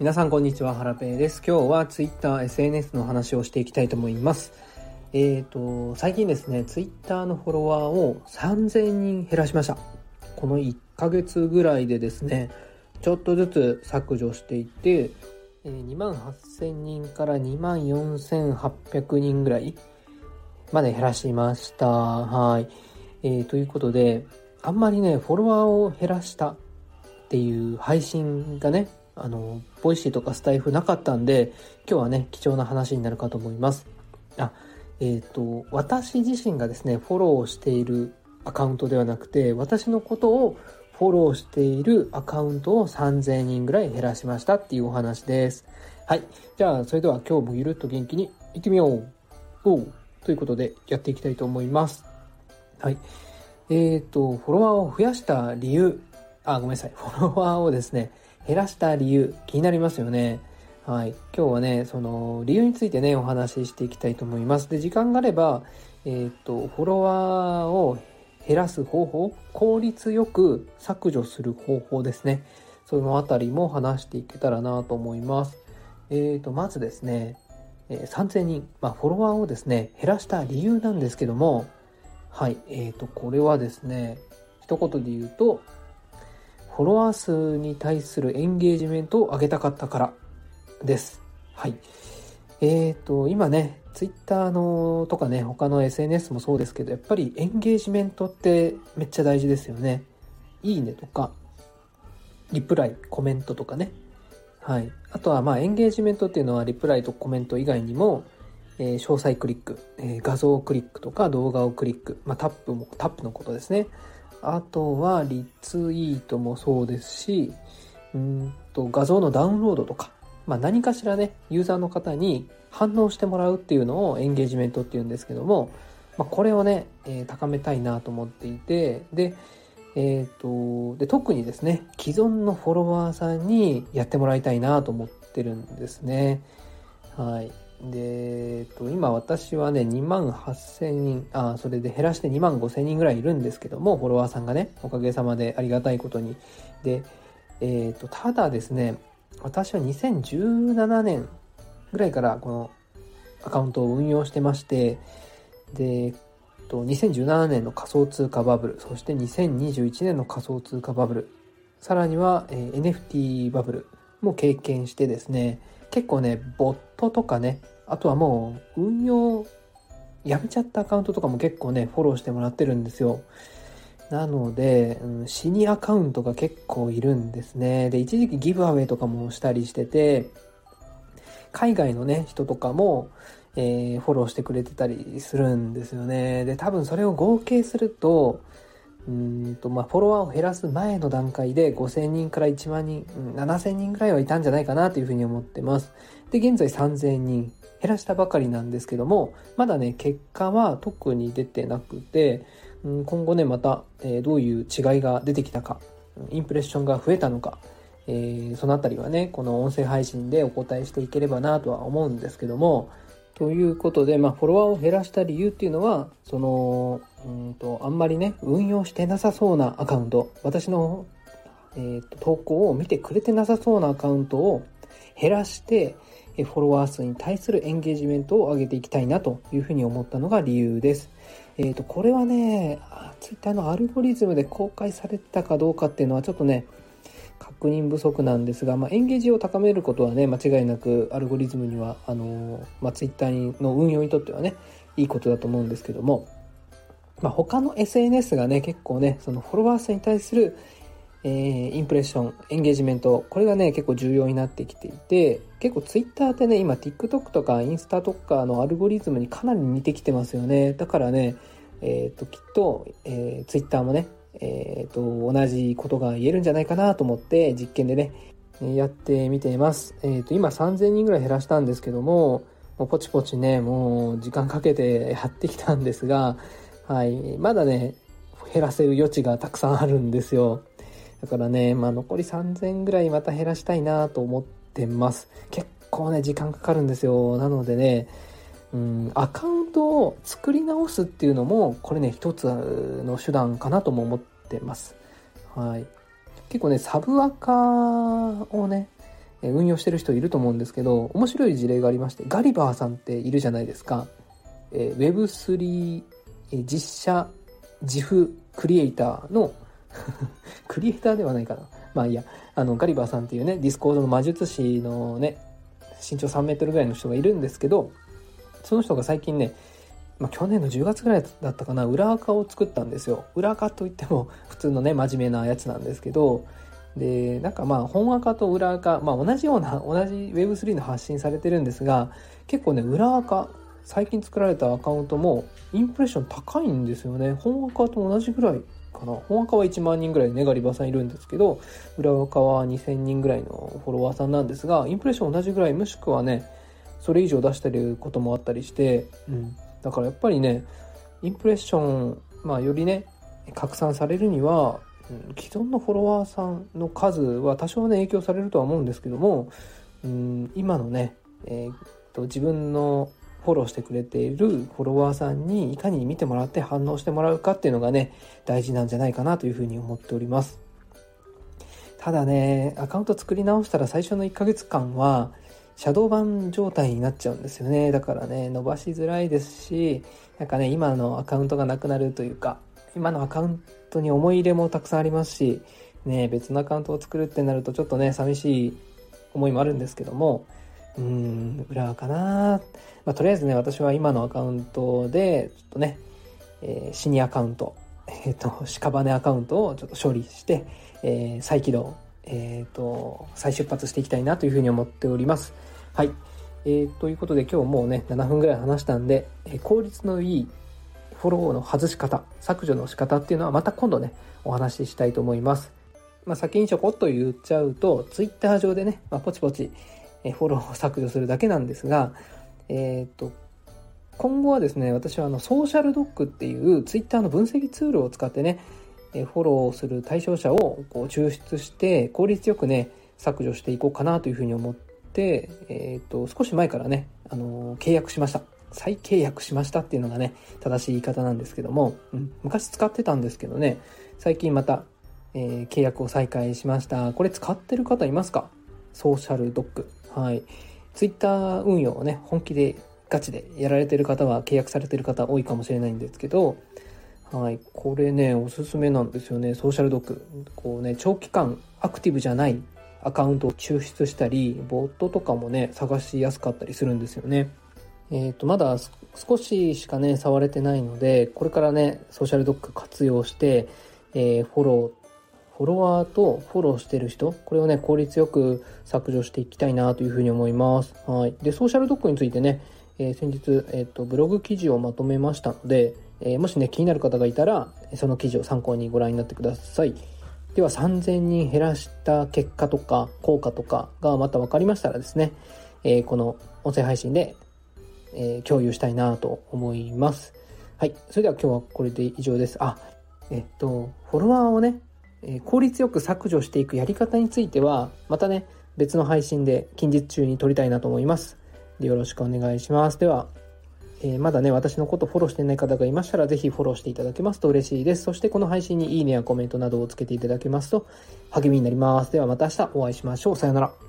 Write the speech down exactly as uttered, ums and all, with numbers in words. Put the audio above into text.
皆さんこんにちは、はらぺーです。今日は Twitter、エスエヌエス の話をしていきたいと思います。えーと、最近ですね、Twitter のフォロワーをさんぜんにん減らしました。このいっかげつぐらいでですね、ちょっとずつ削除していて、にまんはっせんにんからにまんよんせんはっぴゃくにんぐらいまで減らしました。はい。えー、ということで、あんまりね、フォロワーを減らしたっていう配信がね、あのボイシーとかスタイフなかったんで、今日はね貴重な話になるかと思います。あ、えっと私自身がですねフォローしているアカウントではなくて、私のことをフォローしているアカウントをさんぜんにんぐらい減らしましたっていうお話です。はい、じゃあそれでは今日もゆるっと元気にいってみようおうということでやっていきたいと思います。はい、えっとフォロワーを増やした理由、あ、ごめんなさい、フォロワーをですね減らした理由、気になりますよね。はい、今日はねその理由についてねお話ししていきたいと思います。で、時間があればえっとフォロワーを減らす方法、効率よく削除する方法ですね、そのあたりも話していけたらなと思います。えっとまずですね、えー、さんぜんにん、まあ、フォロワーをですね減らした理由なんですけども、はい、えっとこれはですね一言で言うと、フォロワー数に対するエンゲージメントを上げたかったからです。はい。えーと、今ね、Twitter のとかね、他の エスエヌエス もそうですけど、やっぱりエンゲージメントってめっちゃ大事ですよね。いいねとか、リプライ、コメントとかね。はい。あとはまあエンゲージメントっていうのはリプライとコメント以外にも、えー、詳細クリック、えー、画像クリックとか動画をクリック、まあタップも、タップのことですね。あとはリツイートもそうですし、うんと画像のダウンロードとか、まあ、何かしらねユーザーの方に反応してもらうっていうのをエンゲージメントっていうんですけども、まあ、これをね、えー、高めたいなと思っていて、で、えーと、で特にですね既存のフォロワーさんにやってもらいたいなと思ってるんですね。はい。で、えっと、今私はねにまんはっせんにん、あ、それで減らしてにまんごせんにんぐらいいるんですけども、フォロワーさんがね、おかげさまでありがたいことに。で、えっとただですね、私はにせんじゅうななねんぐらいからこのアカウントを運用してまして、で、えっと、にせんじゅうななねんの仮想通貨バブル、そしてにせんにじゅういちねんの仮想通貨バブル、さらには、えー、エヌエフティー バブルも経験してですね、結構ねボットとかね、あとはもう運用やめちゃったアカウントとかも結構ねフォローしてもらってるんですよ。なので、うん、シニアアカウントが結構いるんですね。で、一時期ギブアウェイとかもしたりしてて、海外のね人とかも、えー、フォローしてくれてたりするんですよね。で、多分それを合計すると、うーんとまあフォロワーを減らす前の段階でごせんにんからいちまんにん、ななせんにんぐらいはいたんじゃないかなというふうに思ってます。で、現在さんぜんにん減らしたばかりなんですけども、まだね結果は特に出てなくて、うん、今後ねまた、えー、どういう違いが出てきたか、インプレッションが増えたのか、えー、そのあたりはねこの音声配信でお答えしていければなとは思うんですけども、ということで、まあ、フォロワーを減らした理由っていうのは、そのうんとあんまりね運用してなさそうなアカウント、私の、えー、と投稿を見てくれてなさそうなアカウントを減らして、フォロワー数に対するエンゲージメントを上げていきたいなというふうに思ったのが理由です。えー、とこれはね、ツイッターのアルゴリズムで公開されたかどうかっていうのはちょっとね確認不足なんですが、まあ、エンゲージを高めることはね間違いなくアルゴリズムにはあの、まあ、ツイッターの運用にとってはねいいことだと思うんですけども、まあ、他の エスエヌエス がね結構ねそのフォロワー数に対する、えー、インプレッション、エンゲージメント、これがね結構重要になってきていて、結構 Twitter ってね今 TikTok とかインスタとかのアルゴリズムにかなり似てきてますよね。だからね、えー、ときっと、えー、Twitter もねえー、と同じことが言えるんじゃないかなと思って実験でねやってみています。えー、と今さんぜんにんぐらい減らしたんですけども、もうポチポチねもう時間かけてやってきたんですが、はい、まだね減らせる余地がたくさんあるんですよ。だからね、まあ、残りさんぜんぐらいまた減らしたいなと思ってます。結構ね時間かかるんですよ。なのでね、うん、アカウントを作り直すっていうのもこれね一つの手段かなとも思ってます。はい、結構ねサブアカをね、 運用してる人いると思うんですけど、面白い事例がありまして、ガリバーさんっているじゃないですか。えー、ウェブスリー、えー、実写自負クリエイターのクリエイターではないかな、まあいいや、あのガリバーさんっていうね、ディスコードの魔術師のね、身長さんメートルぐらいの人がいるんですけど、その人が最近ね、まあ、去年のじゅうがつぐらいだったかな、裏垢を作ったんですよ。裏垢といっても普通のね、真面目なやつなんですけど、でなんかまあ本垢と裏垢、まあ、同じような同じ ウェブスリー の発信されてるんですが、結構ね、裏垢最近作られたアカウントもインプレッション高いんですよね。本垢と同じぐらいかな。本垢はいちまんにんぐらいね、ガリバーさんいるんですけど、裏垢はにせんにんぐらいのフォロワーさんなんですが、インプレッション同じぐらい、もしくはねそれ以上出してることもあったりして、うん、だからやっぱりね、インプレッション、まあよりね拡散されるには、うん、既存のフォロワーさんの数は多少ね影響されるとは思うんですけども、うん、今のね、えー、っと自分のフォローしてくれているフォロワーさんにいかに見てもらって反応してもらうかっていうのがね、大事なんじゃないかなというふうに思っております。ただね、アカウント作り直したら最初のいっかげつかんはシャドーバン状態になっちゃうんですよね。だからね、伸ばしづらいですし、なんかね、今のアカウントがなくなるというか、今のアカウントに思い入れもたくさんありますし、ね、別のアカウントを作るってなるとちょっとね、寂しい思いもあるんですけども、うーん、裏かな。まあ、とりあえずね、私は今のアカウントで、ちょっとね、えー、シニアアカウント、えっと、屍アカウントをちょっと処理して、えー、再起動、えっと、再出発していきたいなというふうに思っております。はい。えー、ということで今日もうね、ななふんぐらい話したんで、えー、効率のいいフォローの外し方、削除の仕方っていうのはまた今度ね、お話ししたいと思います。まあ、先にちょこっと言っちゃうと、ツイッター上でね、まあ、ポチポチフォローを削除するだけなんですが、えっと、今後はですね、私はあのソーシャルドッグっていうツイッターの分析ツールを使ってね、フォローする対象者をこう抽出して効率よくね、削除していこうかなというふうに思って、えっと、少し前からね、あのー、契約しました。再契約しましたっていうのがね、正しい言い方なんですけども、うん、昔使ってたんですけどね、最近また、えー、契約を再開しました。これ使ってる方いますか？ソーシャルドッグ。はい。ツイッター運用をね、本気でガチでやられてる方は、契約されてる方多いかもしれないんですけど、はい、これね、おすすめなんですよね。ソーシャルドッグ。こうね、長期間アクティブじゃないアカウントを抽出したり、ボットとかもね、探しやすかったりするんですよね。えっと、まだ少ししかね、触れてないので、これからね、ソーシャルドッグ活用して、えー、フォロー、フォロワーとフォローしてる人、これをね、効率よく削除していきたいなというふうに思います。はい。で、ソーシャルドッグについてね、えー、先日、えっと、ブログ記事をまとめましたので、えー、もしね、気になる方がいたら、その記事を参考にご覧になってください。では、さんぜんにん減らした結果とか、効果とかがまた分かりましたらですね、えー、この音声配信で、えー、共有したいなと思います。はい。それでは今日はこれで以上です。あ、えっと、フォロワーをね、えー、効率よく削除していくやり方については、またね、別の配信で近日中に撮りたいなと思います。で、よろしくお願いします。では、えー、まだね、私のことフォローしていない方がいましたら、ぜひフォローしていただけますと嬉しいです。そしてこの配信にいいねやコメントなどをつけていただけますと励みになります。ではまた明日お会いしましょう。さよなら。